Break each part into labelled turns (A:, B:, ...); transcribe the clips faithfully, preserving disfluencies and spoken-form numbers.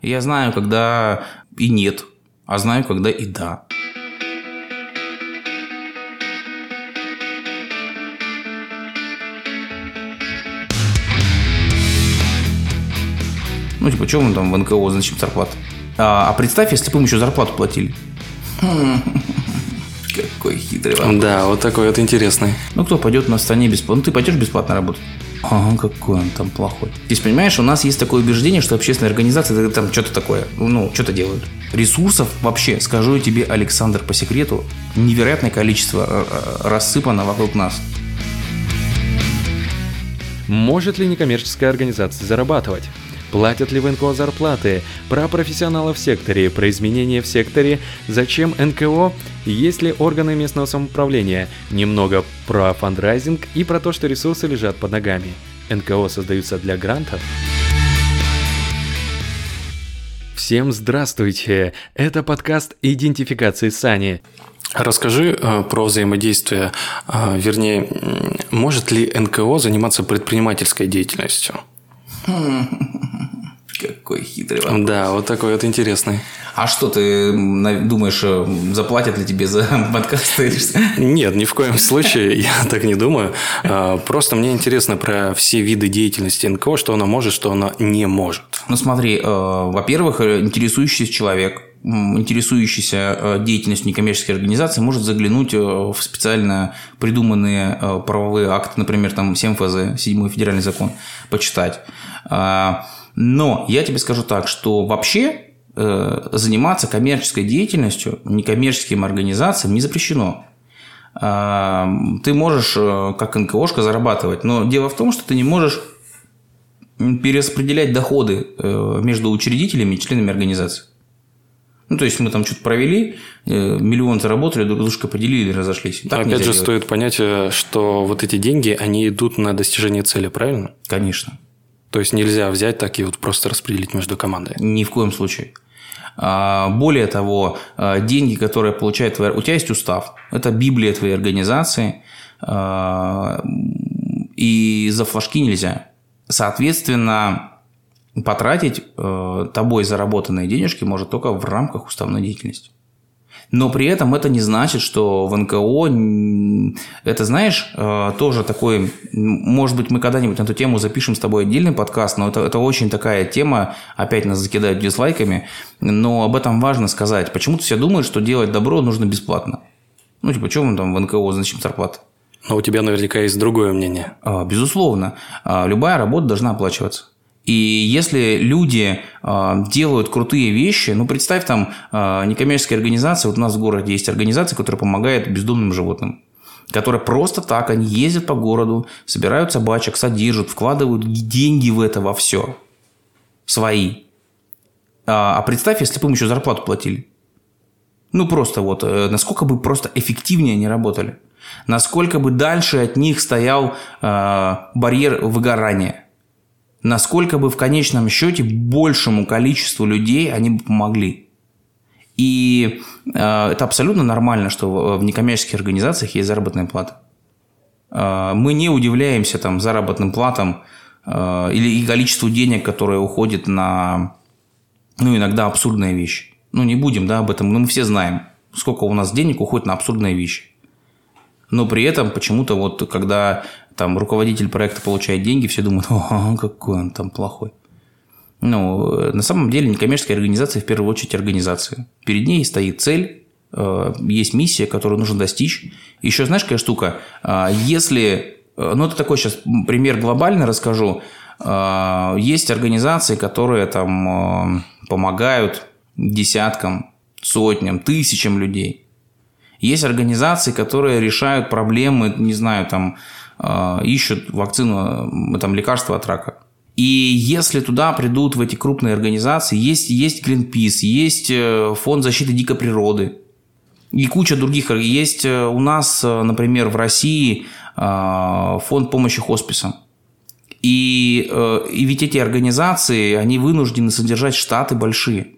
A: Я знаю, когда и нет, а знаю, когда и да. Ну, типа, что мы там в эн ка о, зачем зарплата? А, а представь, если бы им еще зарплату платили. Какой хитрый вопрос.
B: Да, вот такой вот интересный.
A: Ну, кто пойдет на стране бесплатно? Ну, ты пойдешь бесплатно работать? Ага, какой он там плохой. Здесь, понимаешь, у нас есть такое убеждение, что общественные организации это там что-то такое, ну, что-то делают. Ресурсов вообще, скажу я тебе, Александр, по секрету, невероятное количество рассыпано вокруг нас.
C: Может ли некоммерческая организация зарабатывать? Платят ли в эн ка о зарплаты? Про профессионалов в секторе, про изменения в секторе, зачем эн ка о, есть ли органы местного самоуправления, немного про фандрайзинг и про то, что ресурсы лежат под ногами. эн ка о создаются для грантов? Всем здравствуйте! Это подкаст «Идентификации Сани».
B: Расскажи э, про взаимодействие, э, вернее, может ли эн ка о заниматься предпринимательской деятельностью?
A: Какой хитрый вопрос.
B: Да, вот такой вот интересный.
A: А что, ты думаешь, заплатят ли тебе за подкасты или что?
B: Нет, ни в коем случае, я так не думаю. Просто мне интересно про все виды деятельности эн ка о, что она может, что она не может.
A: Ну смотри, во-первых, интересующийся человек, интересующийся деятельностью некоммерческой организации, может заглянуть в специально придуманные правовые акты, например, там семь эф зэ, седьмой федеральный закон, почитать. Но я тебе скажу так, что вообще заниматься коммерческой деятельностью некоммерческим организациям не запрещено. Ты можешь как эн ка о-шка зарабатывать, но дело в том, что ты не можешь перераспределять доходы между учредителями и членами организации. Ну, то есть, мы там что-то провели, миллион заработали, друг дружка поделили и разошлись. Так
B: опять же,
A: делать.
B: стоит понять, что вот эти деньги, они идут на достижение цели, правильно?
A: Конечно.
B: То есть, нельзя взять так и вот просто распределить между командой? Ни
A: в коем случае. Более того, деньги, которые получает твоя... У тебя есть устав. Это библия твоей организации. И за флажки нельзя. Соответственно, потратить тобой заработанные денежки может только в рамках уставной деятельности. Но при этом это не значит, что в эн ка о, это, знаешь, тоже такой, может быть, мы когда-нибудь на эту тему запишем с тобой отдельный подкаст, но это, это очень такая тема, опять нас закидают дизлайками, но об этом важно сказать. Почему-то все думают, что делать добро нужно бесплатно. Ну, типа, что мы там в эн ка о, зачем зарплата?
B: Но у тебя наверняка есть другое мнение.
A: Безусловно. Любая работа должна оплачиваться. И если люди э, делают крутые вещи, ну, представь, там э, некоммерческие организации, вот у нас в городе есть организация, которая помогает бездомным животным, которые просто так, они ездят по городу, собирают собачек, содержат, вкладывают деньги в это во все, свои. А, а представь, если бы им еще зарплату платили. Ну, просто вот, э, насколько бы просто эффективнее они работали, насколько бы дальше от них стоял э, барьер выгорания. Насколько бы в конечном счете большему количеству людей они бы помогли. И э, это абсолютно нормально, что в, в некоммерческих организациях есть заработная плата. Э, мы не удивляемся там, заработным платам э, или и количеству денег, которое уходит на, ну, иногда абсурдные вещи. Ну, не будем, да, об этом, но мы все знаем, сколько у нас денег уходит на абсурдные вещи. Но при этом почему-то вот когда там руководитель проекта получает деньги, все думают, о, какой он там плохой. Ну, на самом деле некоммерческая организация в первую очередь организация. Перед ней стоит цель, есть миссия, которую нужно достичь. Еще знаешь, какая штука? Если, ну это такой сейчас пример глобально расскажу, есть организации, которые там помогают десяткам, сотням, тысячам людей. Есть организации, которые решают проблемы, не знаю, там, ищут вакцину, там, лекарства от рака. И если туда придут, в эти крупные организации, есть, есть Greenpeace, есть Фонд защиты дикой природы и куча других. Есть у нас, например, в России Фонд помощи хосписам. И, и ведь эти организации, они вынуждены содержать штаты большие.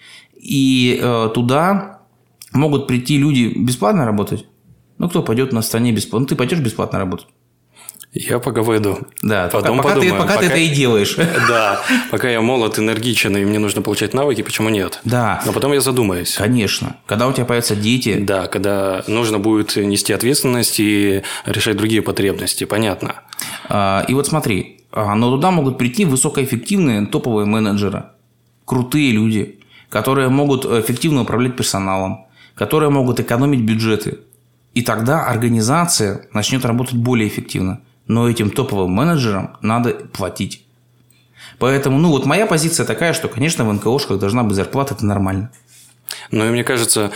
A: И туда могут прийти люди бесплатно работать. Ну, кто пойдет на стране бесплатно? Ну, ты пойдешь бесплатно работать?
B: Я пока выйду.
A: Да,
B: потом
A: пока,
B: подумаю.
A: Ты, пока, пока ты это и делаешь.
B: Да, пока я молод, энергичен, и мне нужно получать навыки, почему нет?
A: Да.
B: Но потом я задумаюсь.
A: Конечно. Когда у тебя появятся дети...
B: Да, когда нужно будет нести ответственность и решать другие потребности, понятно.
A: И вот смотри, но туда могут прийти высокоэффективные топовые менеджеры, крутые люди, которые могут эффективно управлять персоналом, которые могут экономить бюджеты. И тогда организация начнет работать более эффективно. Но этим топовым менеджерам надо платить. Поэтому, ну вот моя позиция такая, что, конечно, в эн ка о-шках должна быть зарплата, это нормально.
B: Ну, и мне кажется,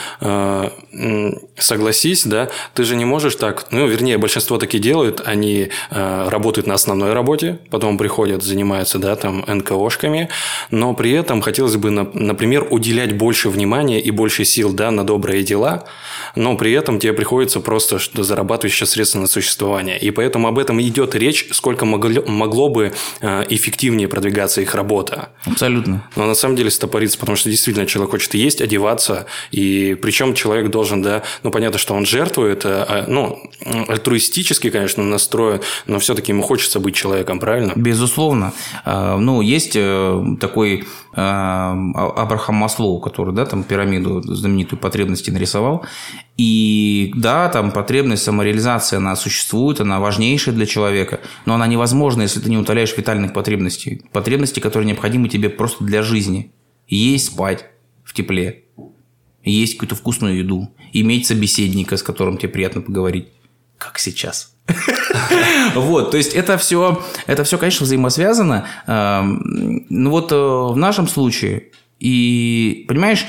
B: согласись, да, ты же не можешь так, ну, вернее, большинство таки делают, они работают на основной работе, потом приходят, занимаются, да, там, эн ка о-шками, но при этом хотелось бы, например, уделять больше внимания и больше сил, да, на добрые дела, но при этом тебе приходится просто зарабатывать еще средства на существование. И поэтому об этом идет речь, сколько могло, могло бы эффективнее продвигаться их работа.
A: Абсолютно.
B: Но на самом деле стопорится, потому что действительно человек хочет есть, одеваться, и причем человек должен, да, ну, понятно, что он жертвует, ну, альтруистически, конечно, настроен, но все-таки ему хочется быть человеком, правильно?
A: Безусловно. Ну, есть такой Абрахам Маслоу, который, да, там пирамиду знаменитую потребности нарисовал. И да, там потребность, самореализация, она существует, она важнейшая для человека, но она невозможна, если ты не утоляешь витальных потребностей. Потребности, которые необходимы тебе просто для жизни. Есть, спать в тепле, есть какую-то вкусную еду, иметь собеседника, с которым тебе приятно поговорить, как сейчас. Вот, то есть это все, это все, конечно, взаимосвязано. Ну вот в нашем случае, и понимаешь,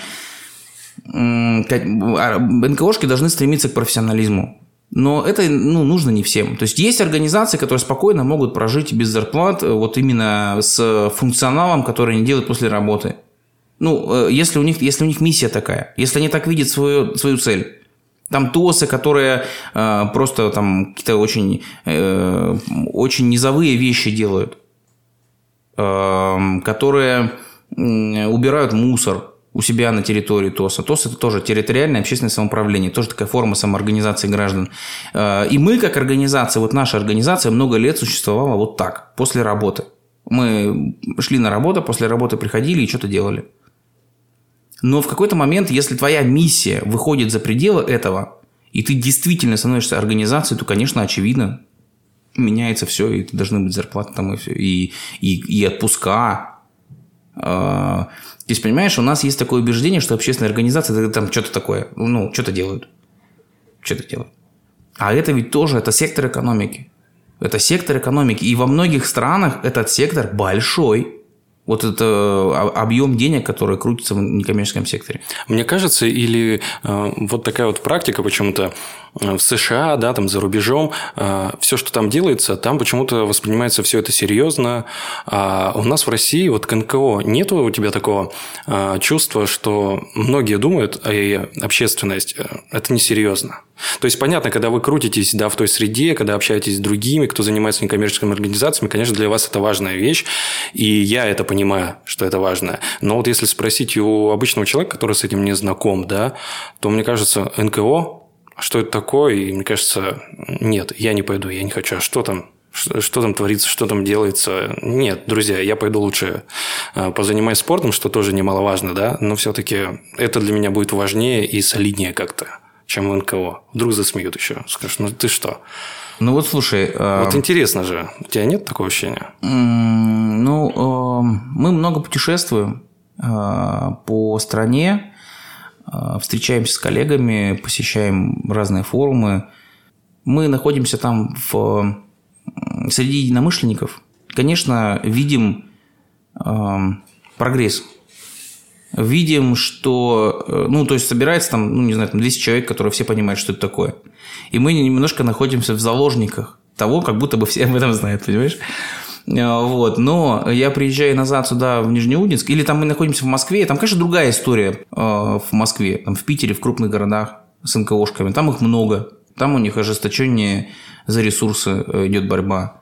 A: эн ка о-шки должны стремиться к профессионализму. Но это, ну, нужно не всем. То есть есть организации, которые спокойно могут прожить без зарплат, вот именно с функционалом, который они делают после работы. Ну, если у них, если у них миссия такая, если они так видят свою, свою цель. Там ТОСы, которые э, просто там какие-то очень, э, очень низовые вещи делают, э, которые э, убирают мусор у себя на территории ТОСа. ТОС – это тоже территориальное общественное самоуправление, тоже такая форма самоорганизации граждан. Э, и мы, как организация, вот наша организация много лет существовала вот так, после работы. Мы шли на работу, после работы приходили и что-то делали. Но в какой-то момент, если твоя миссия выходит за пределы этого, и ты действительно становишься организацией, то, конечно, очевидно, меняется все, и должны быть зарплаты там, и все, и, и, и отпуска. То есть, понимаешь, у нас есть такое убеждение, что общественная организация – это там что-то такое, ну, что-то делают. Что-то делают. А это ведь тоже, это сектор экономики. Это сектор экономики. И во многих странах этот сектор большой. Вот это объем денег, который крутится в некоммерческом секторе.
B: Мне кажется, или э, вот такая вот практика почему-то в США, да, там за рубежом, э, все, что там делается, там почему-то воспринимается все это серьезно. А у нас в России, вот к эн ка о, нет у тебя такого э, чувства, что многие думают, и общественность, э, это несерьезно. То есть, понятно, когда вы крутитесь, да, в той среде, когда общаетесь с другими, кто занимается некоммерческими организациями, конечно, для вас это важная вещь, и я это понимаю, что это важно. Но вот если спросить у обычного человека, который с этим не знаком, да, то, мне кажется, эн ка о, что это такое, и мне кажется, нет, я не пойду, я не хочу, а что там? Что там творится, что там делается? Нет, друзья, я пойду лучше позанимаюсь спортом, что тоже немаловажно, да, но все-таки это для меня будет важнее и солиднее как-то, чем в эн ка о. Вдруг засмеют еще. Скажешь, ну ты что?
A: Ну вот слушай...
B: Вот э... интересно же. У тебя нет такого ощущения?
A: Ну, э... мы много путешествуем э... по стране, э... встречаемся с коллегами, посещаем разные форумы. Мы находимся там в... среди единомышленников. Конечно, видим э... прогресс. Видим, что, ну, то есть, собирается там, ну, не знаю, там двести человек, которые все понимают, что это такое. И мы немножко находимся в заложниках того, как будто бы все об этом знают, понимаешь? Вот. Но я приезжаю назад сюда, в Нижнеудинск, или там мы находимся в Москве, там, конечно, другая история в Москве, там, в Питере, в крупных городах с эн ка о-шками. Там их много. Там у них ожесточеннее за ресурсы идет борьба.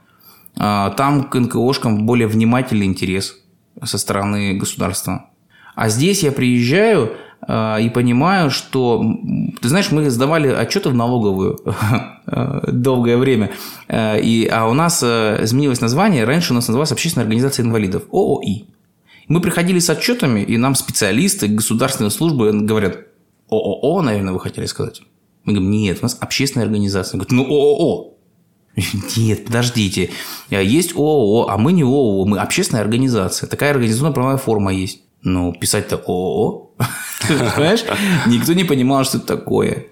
A: Там к эн ка о-шкам более внимательный интерес со стороны государства. А здесь я приезжаю, и понимаю, что, ты знаешь, мы сдавали отчеты в налоговую долгое время, и, а у нас изменилось название, раньше у нас называлась Общественная организация инвалидов, ООИ. Мы приходили с отчетами, и нам специалисты государственной службы говорят, ООО, наверное, вы хотели сказать? Мы говорим, нет, у нас общественная организация. Говорят, ну ООО. Нет, подождите, есть ООО, а мы не ООО, мы общественная организация, такая организационно-правовая форма есть. Ну, писать-то ООО, понимаешь? Никто не понимал, что это такое.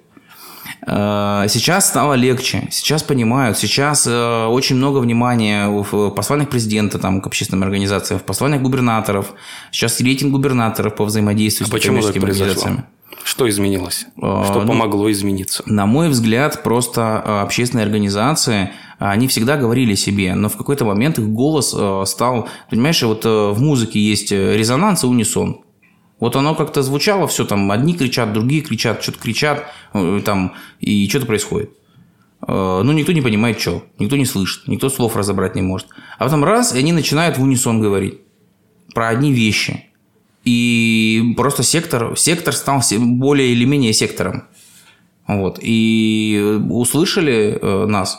A: Сейчас стало легче, сейчас понимают, сейчас очень много внимания в посланиях президента там, к общественным организациям, в посланиях губернаторов. Сейчас рейтинг губернаторов по взаимодействию
B: а
A: с некоммерческими организациями.
B: Произошло? Что изменилось? Что ну, помогло измениться?
A: На мой взгляд, просто общественные организации, они всегда говорили себе, но в какой-то момент их голос стал... Понимаешь, вот в музыке есть резонанс и унисон. Вот оно как-то звучало, все там, одни кричат, другие кричат, что-то кричат, там, и что-то происходит. Ну, никто не понимает, что, никто не слышит, никто слов разобрать не может. А потом раз, и они начинают в унисон говорить про одни вещи. И просто сектор, сектор стал более или менее сектором. Вот. И услышали нас,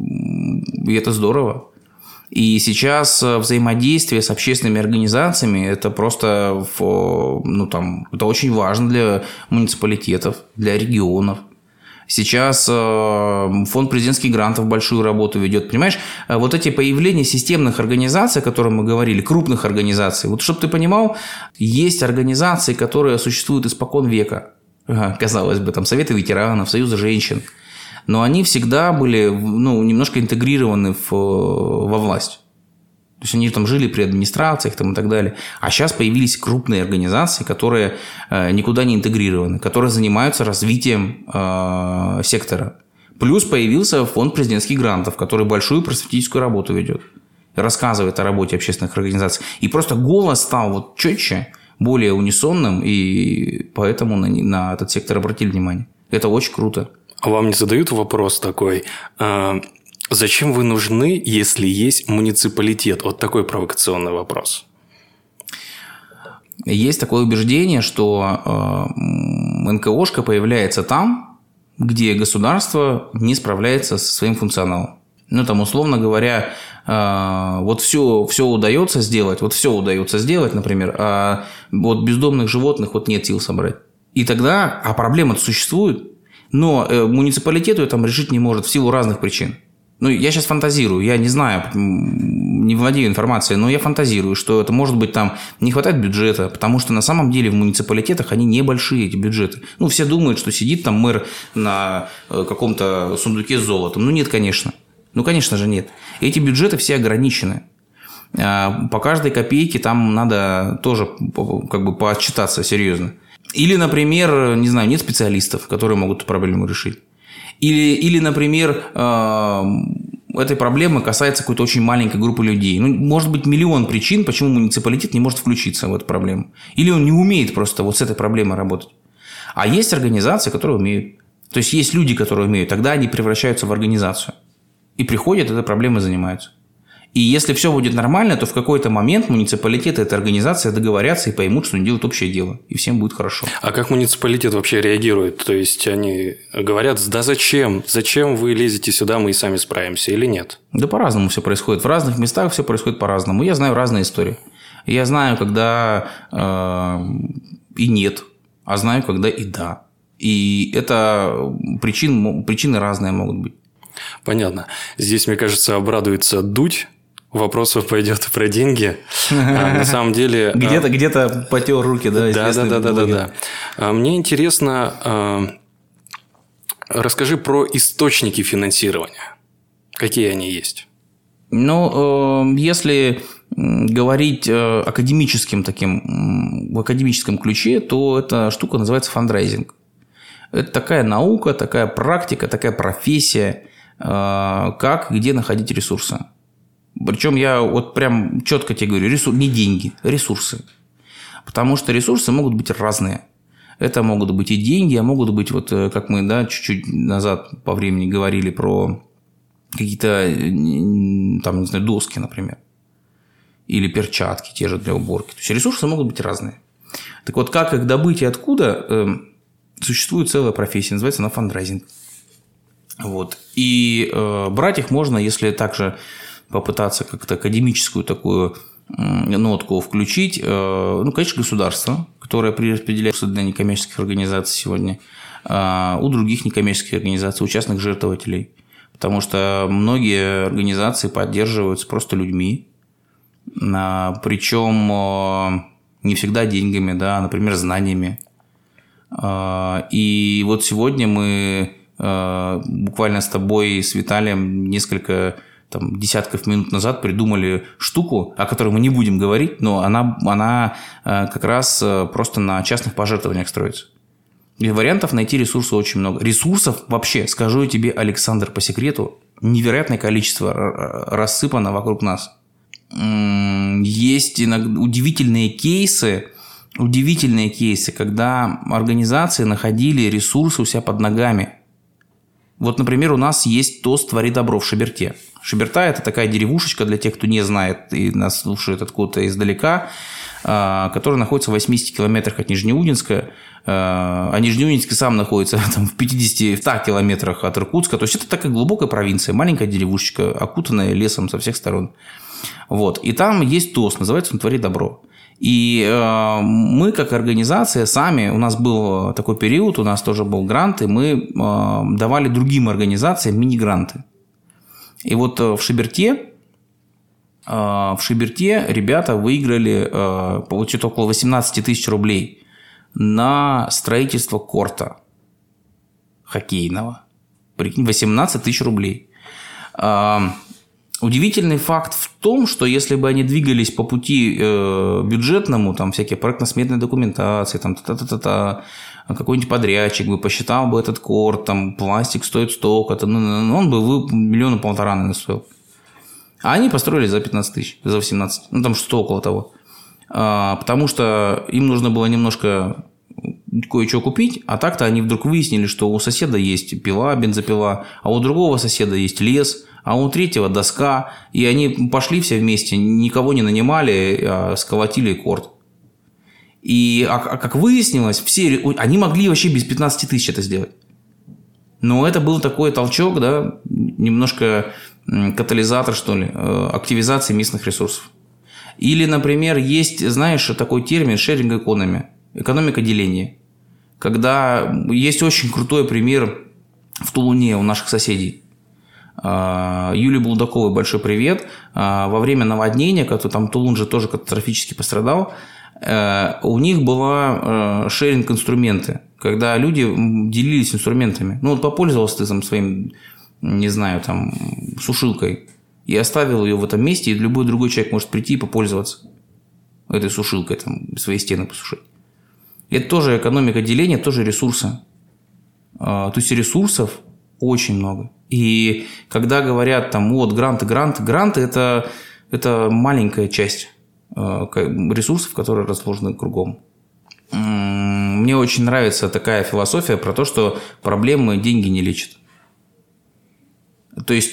A: и это здорово. И сейчас взаимодействие с общественными организациями это просто ну, там, это очень важно для муниципалитетов, для регионов. Сейчас фонд президентских грантов большую работу ведет. Понимаешь, вот эти появления системных организаций, о которых мы говорили, крупных организаций. Вот чтобы ты понимал, есть организации, которые существуют испокон века. Казалось бы, там Советы ветеранов, Союзы женщин. Но они всегда были ну, немножко интегрированы в, во власть. То есть они там жили при администрациях там, и так далее. А сейчас появились крупные организации, которые э, никуда не интегрированы, которые занимаются развитием э, сектора. Плюс появился фонд президентских грантов, который большую просветительскую работу ведет. Рассказывает о работе общественных организаций. И просто голос стал вот четче, более унисонным, и поэтому на, на этот сектор обратили внимание. Это очень круто.
B: А вам не задают вопрос такой... Э... Зачем вы нужны, если есть муниципалитет? Вот такой провокационный вопрос.
A: Есть такое убеждение, что эн ка о-шка появляется там, где государство не справляется со своим функционалом. Ну, там, условно говоря, вот все, все удается сделать, вот все удается сделать, например, а вот бездомных животных вот нет сил собрать. И тогда, а проблема-то существует, но муниципалитету там решить не может в силу разных причин. Ну, я сейчас фантазирую, я не знаю, не владею информацией, но я фантазирую, что это может быть там не хватает бюджета, потому что на самом деле в муниципалитетах они небольшие, эти бюджеты. Ну, все думают, что сидит там мэр на каком-то сундуке с золотом. Ну, нет, конечно. Ну, конечно же, нет. Эти бюджеты все ограничены. По каждой копейке там надо тоже как бы поотчитаться серьезно. Или, например, не знаю, нет специалистов, которые могут эту проблему решить. Или, или, например, этой проблемы касается какой-то очень маленькой группы людей. Ну, может быть, миллион причин, почему муниципалитет не может включиться в эту проблему. Или он не умеет просто вот с этой проблемой работать. А есть организации, которые умеют. То есть, есть люди, которые умеют. Тогда они превращаются в организацию. И приходят, этой проблемой занимаются. И если все будет нормально, то в какой-то момент муниципалитет и эта организация договорятся и поймут, что они делают общее дело. И всем будет хорошо.
B: А как муниципалитет вообще реагирует? То есть, они говорят, да зачем? Зачем вы лезете сюда, мы и сами справимся или нет?
A: Да по-разному все происходит. В разных местах все происходит по-разному. Я знаю разные истории. Я знаю, когда э, и нет, а знаю, когда и да. И это причин, причины разные могут быть.
B: Понятно. Здесь, мне кажется, обрадуется Дудь. Вопросов пойдет про деньги. А на самом деле...
A: Где-то, где-то потер руки, да?
B: Да, да, да, да, да, да. Мне интересно, расскажи про источники финансирования. Какие они есть?
A: Ну, если говорить академическим таким, в академическом ключе, то эта штука называется фандрайзинг. Это такая наука, такая практика, такая профессия, как где находить ресурсы. Причем я вот прям четко тебе говорю, ресурс, не деньги, ресурсы. Потому что ресурсы могут быть разные. Это могут быть и деньги, а могут быть, вот как мы да, чуть-чуть назад по времени говорили про какие-то там, не знаю, доски, например. Или перчатки те же для уборки. То есть ресурсы могут быть разные. Так вот, как их добыть и откуда, э, существует целая профессия, называется она фандрайзинг. Вот. И э, брать их можно, если также попытаться как-то академическую такую э, нотку включить. Э, ну, конечно, государство, которое перераспределяется для некоммерческих организаций сегодня, э, у других некоммерческих организаций, у частных жертвователей. Потому что многие организации поддерживаются просто людьми, э, причем э, не всегда деньгами, да, а, например, знаниями. Э, и вот сегодня мы... буквально с тобой, с Виталием несколько там, десятков минут назад придумали штуку, о которой мы не будем говорить, но она, она как раз просто на частных пожертвованиях строится. И вариантов найти ресурсов очень много. Ресурсов вообще, скажу я тебе, Александр, по секрету, невероятное количество рассыпано вокруг нас. Есть иногда удивительные кейсы, удивительные кейсы, когда организации находили ресурсы у себя под ногами. Вот, например, у нас есть ТОС «Твори добро» в Шеберте. Шеберта – это такая деревушечка, для тех, кто не знает и нас слушает откуда-то издалека, которая находится в восьмидесяти километрах от Нижнеудинска. А Нижнеудинск сам находится там, в пятидесяти ста километрах от Иркутска. То есть, это такая глубокая провинция, маленькая деревушечка, окутанная лесом со всех сторон. Вот. И там есть ТОС, называется он «Твори добро». И э, мы, как организация, сами, у нас был такой период, у нас тоже был грант, и мы э, давали другим организациям мини-гранты. И вот э, в Шеберте, э, в Шеберте ребята выиграли э, получили около восемнадцать тысяч рублей на строительство корта хоккейного. Прикинь, восемнадцать тысяч рублей. Э, Удивительный факт в том, что если бы они двигались по пути э, бюджетному, там всякие проектно-сметные документации, там та-та-та-та, какой-нибудь подрядчик бы посчитал бы этот корт, там пластик стоит столько-то, ну, он бы вы, миллиона полтора, наверное, стоил. А они построили за пятнадцать тысяч, за восемнадцать, ну там что-то около того. А, потому что им нужно было немножко кое-что купить, а так-то они вдруг выяснили, что у соседа есть пила, бензопила, а у другого соседа есть лес, а у третьего доска, и они пошли все вместе, никого не нанимали, а сколотили корт. И а, а как выяснилось, все, они могли вообще без пятнадцати тысяч это сделать. Но это был такой толчок, да, немножко катализатор, что ли, активизации местных ресурсов. Или, например, есть, знаешь, такой термин sharing economy, экономика деления. Когда есть очень крутой пример в Тулуне у наших соседей. Юлии Булдаковой большой привет. Во время наводнения, когда там Тулун же тоже катастрофически пострадал, у них была шеринг инструменты, когда люди делились инструментами. Ну, вот попользовался ты там своим, не знаю, там, сушилкой и оставил ее в этом месте, и любой другой человек может прийти и попользоваться этой сушилкой, там, свои стены посушить. Это тоже экономика деления, тоже ресурсы. То есть ресурсов очень много. И когда говорят там, вот, гранты, гранты, гранты – это, это маленькая часть ресурсов, которые расположены кругом. Мне очень нравится такая философия про то, что проблемы деньги не лечат. То есть,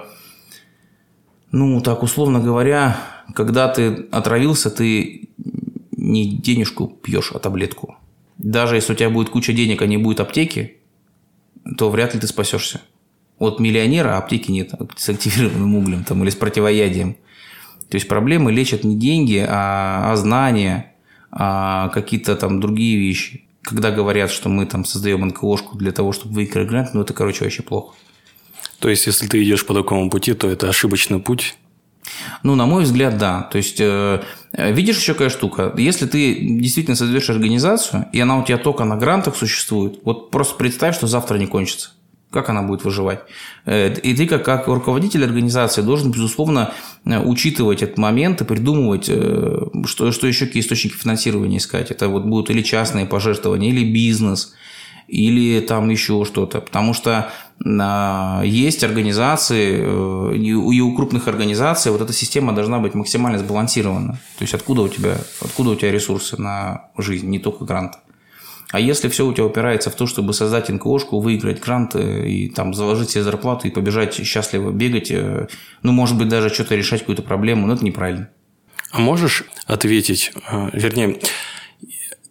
A: ну, так условно говоря, когда ты отравился, ты не денежку пьешь, а таблетку. Даже если у тебя будет куча денег, а не будет аптеки, то вряд ли ты спасешься. От миллионера аптеки нет с активированным углем там, или с противоядием. То есть проблемы лечат не деньги, а, а знания, а какие-то там другие вещи. Когда говорят, что мы там создаем эн ка о-шку для того, чтобы выиграть грант, ну это, короче, вообще плохо.
B: То есть, если ты идешь по такому пути, то это ошибочный путь?
A: Ну, на мой взгляд, да. То есть, э, видишь еще какая штука? Если ты действительно создаешь организацию, и она у тебя только на грантах существует, вот просто представь, что завтра не кончится. Как она будет выживать? И ты, как, как руководитель организации, должен, безусловно, учитывать этот момент и придумывать, что, что еще какие источники финансирования искать. Это вот будут или частные пожертвования, или бизнес, или там еще что-то. Потому что есть организации, и у крупных организаций вот эта система должна быть максимально сбалансирована. То есть, откуда у тебя, откуда у тебя ресурсы на жизнь, не только гранты. А если все у тебя упирается в то, чтобы создать эн ка о-шку, выиграть грант и там заложить себе зарплату и побежать счастливо бегать, ну, может быть, даже что-то решать, какую-то проблему, но это неправильно.
B: А можешь ответить, вернее,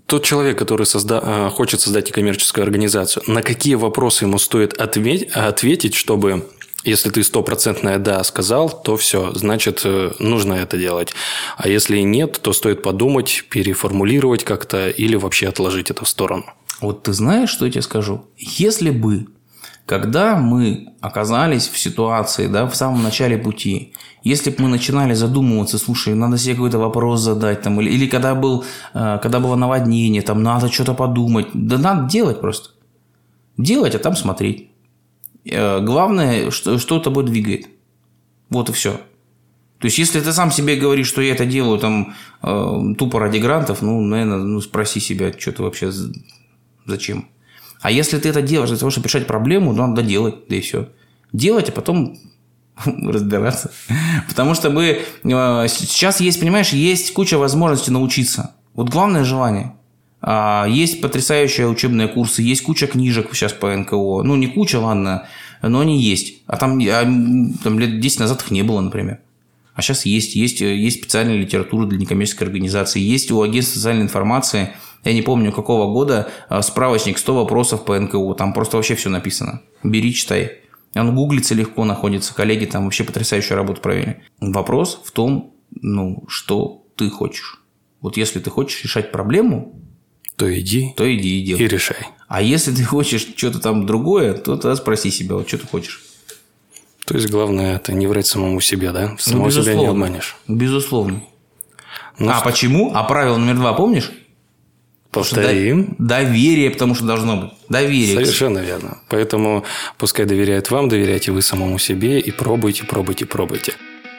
B: тот человек, который созда... хочет создать некоммерческую организацию, на какие вопросы ему стоит ответ... ответить, чтобы, если ты стопроцентное «да» сказал, то все, значит, нужно это делать. А если нет, то стоит подумать, переформулировать как-то или вообще отложить это в сторону.
A: Вот ты знаешь, что я тебе скажу? Если бы, когда мы оказались в ситуации, да, в самом начале пути, если бы мы начинали задумываться, слушай, надо себе какой-то вопрос задать, там, или, или когда, был, когда было наводнение, там, надо что-то подумать, да надо делать просто. Делать, а там смотреть. Главное, что, что тобой двигает. Вот и все. То есть, если ты сам себе говоришь, что я это делаю там, тупо ради грантов, ну, наверное, ну, спроси себя, что ты вообще... Зачем? А если ты это делаешь для того, чтобы решать проблему, ну, надо делать, да и все. Делать, а потом разбираться. Потому что мы... Сейчас есть, понимаешь, есть куча возможностей научиться. Вот главное желание. Есть потрясающие учебные курсы, есть куча книжек сейчас по эн ка о. Ну, не куча, ладно, но они есть. А там, там лет десять назад их не было, например. А сейчас есть. Есть, есть специальная литература для некоммерческой организации. Есть у агентства социальной информации... Я не помню, какого года справочник сто вопросов по эн ка о. Там просто вообще все написано. Бери, читай. Он гуглится легко, находится. Коллеги там вообще потрясающую работу провели. Вопрос в том, ну, что ты хочешь. Вот если ты хочешь решать проблему,
B: то иди,
A: то иди и делай.
B: И решай.
A: А если ты хочешь что-то там другое, то тогда спроси себя, вот что ты хочешь.
B: То есть, главное, это не врать самому себе, да? Самого ну, себя не обманешь.
A: Безусловно.
B: Ну,
A: а что? Почему? А правило номер два помнишь?
B: Повторим.
A: Доверие, потому что должно быть. Доверие.
B: Совершенно верно. Поэтому пускай доверяют вам, доверяйте вы самому себе и пробуйте, пробуйте, пробуйте.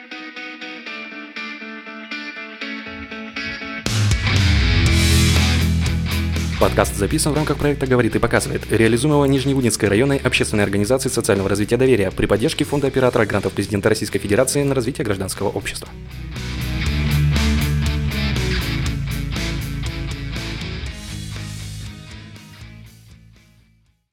C: Подкаст записан в рамках проекта «Говорит и показывает», реализуемого Нижневудинской районной общественной организацией социального развития доверия при поддержке Фонда оператора грантов президента Российской Федерации на развитие гражданского общества.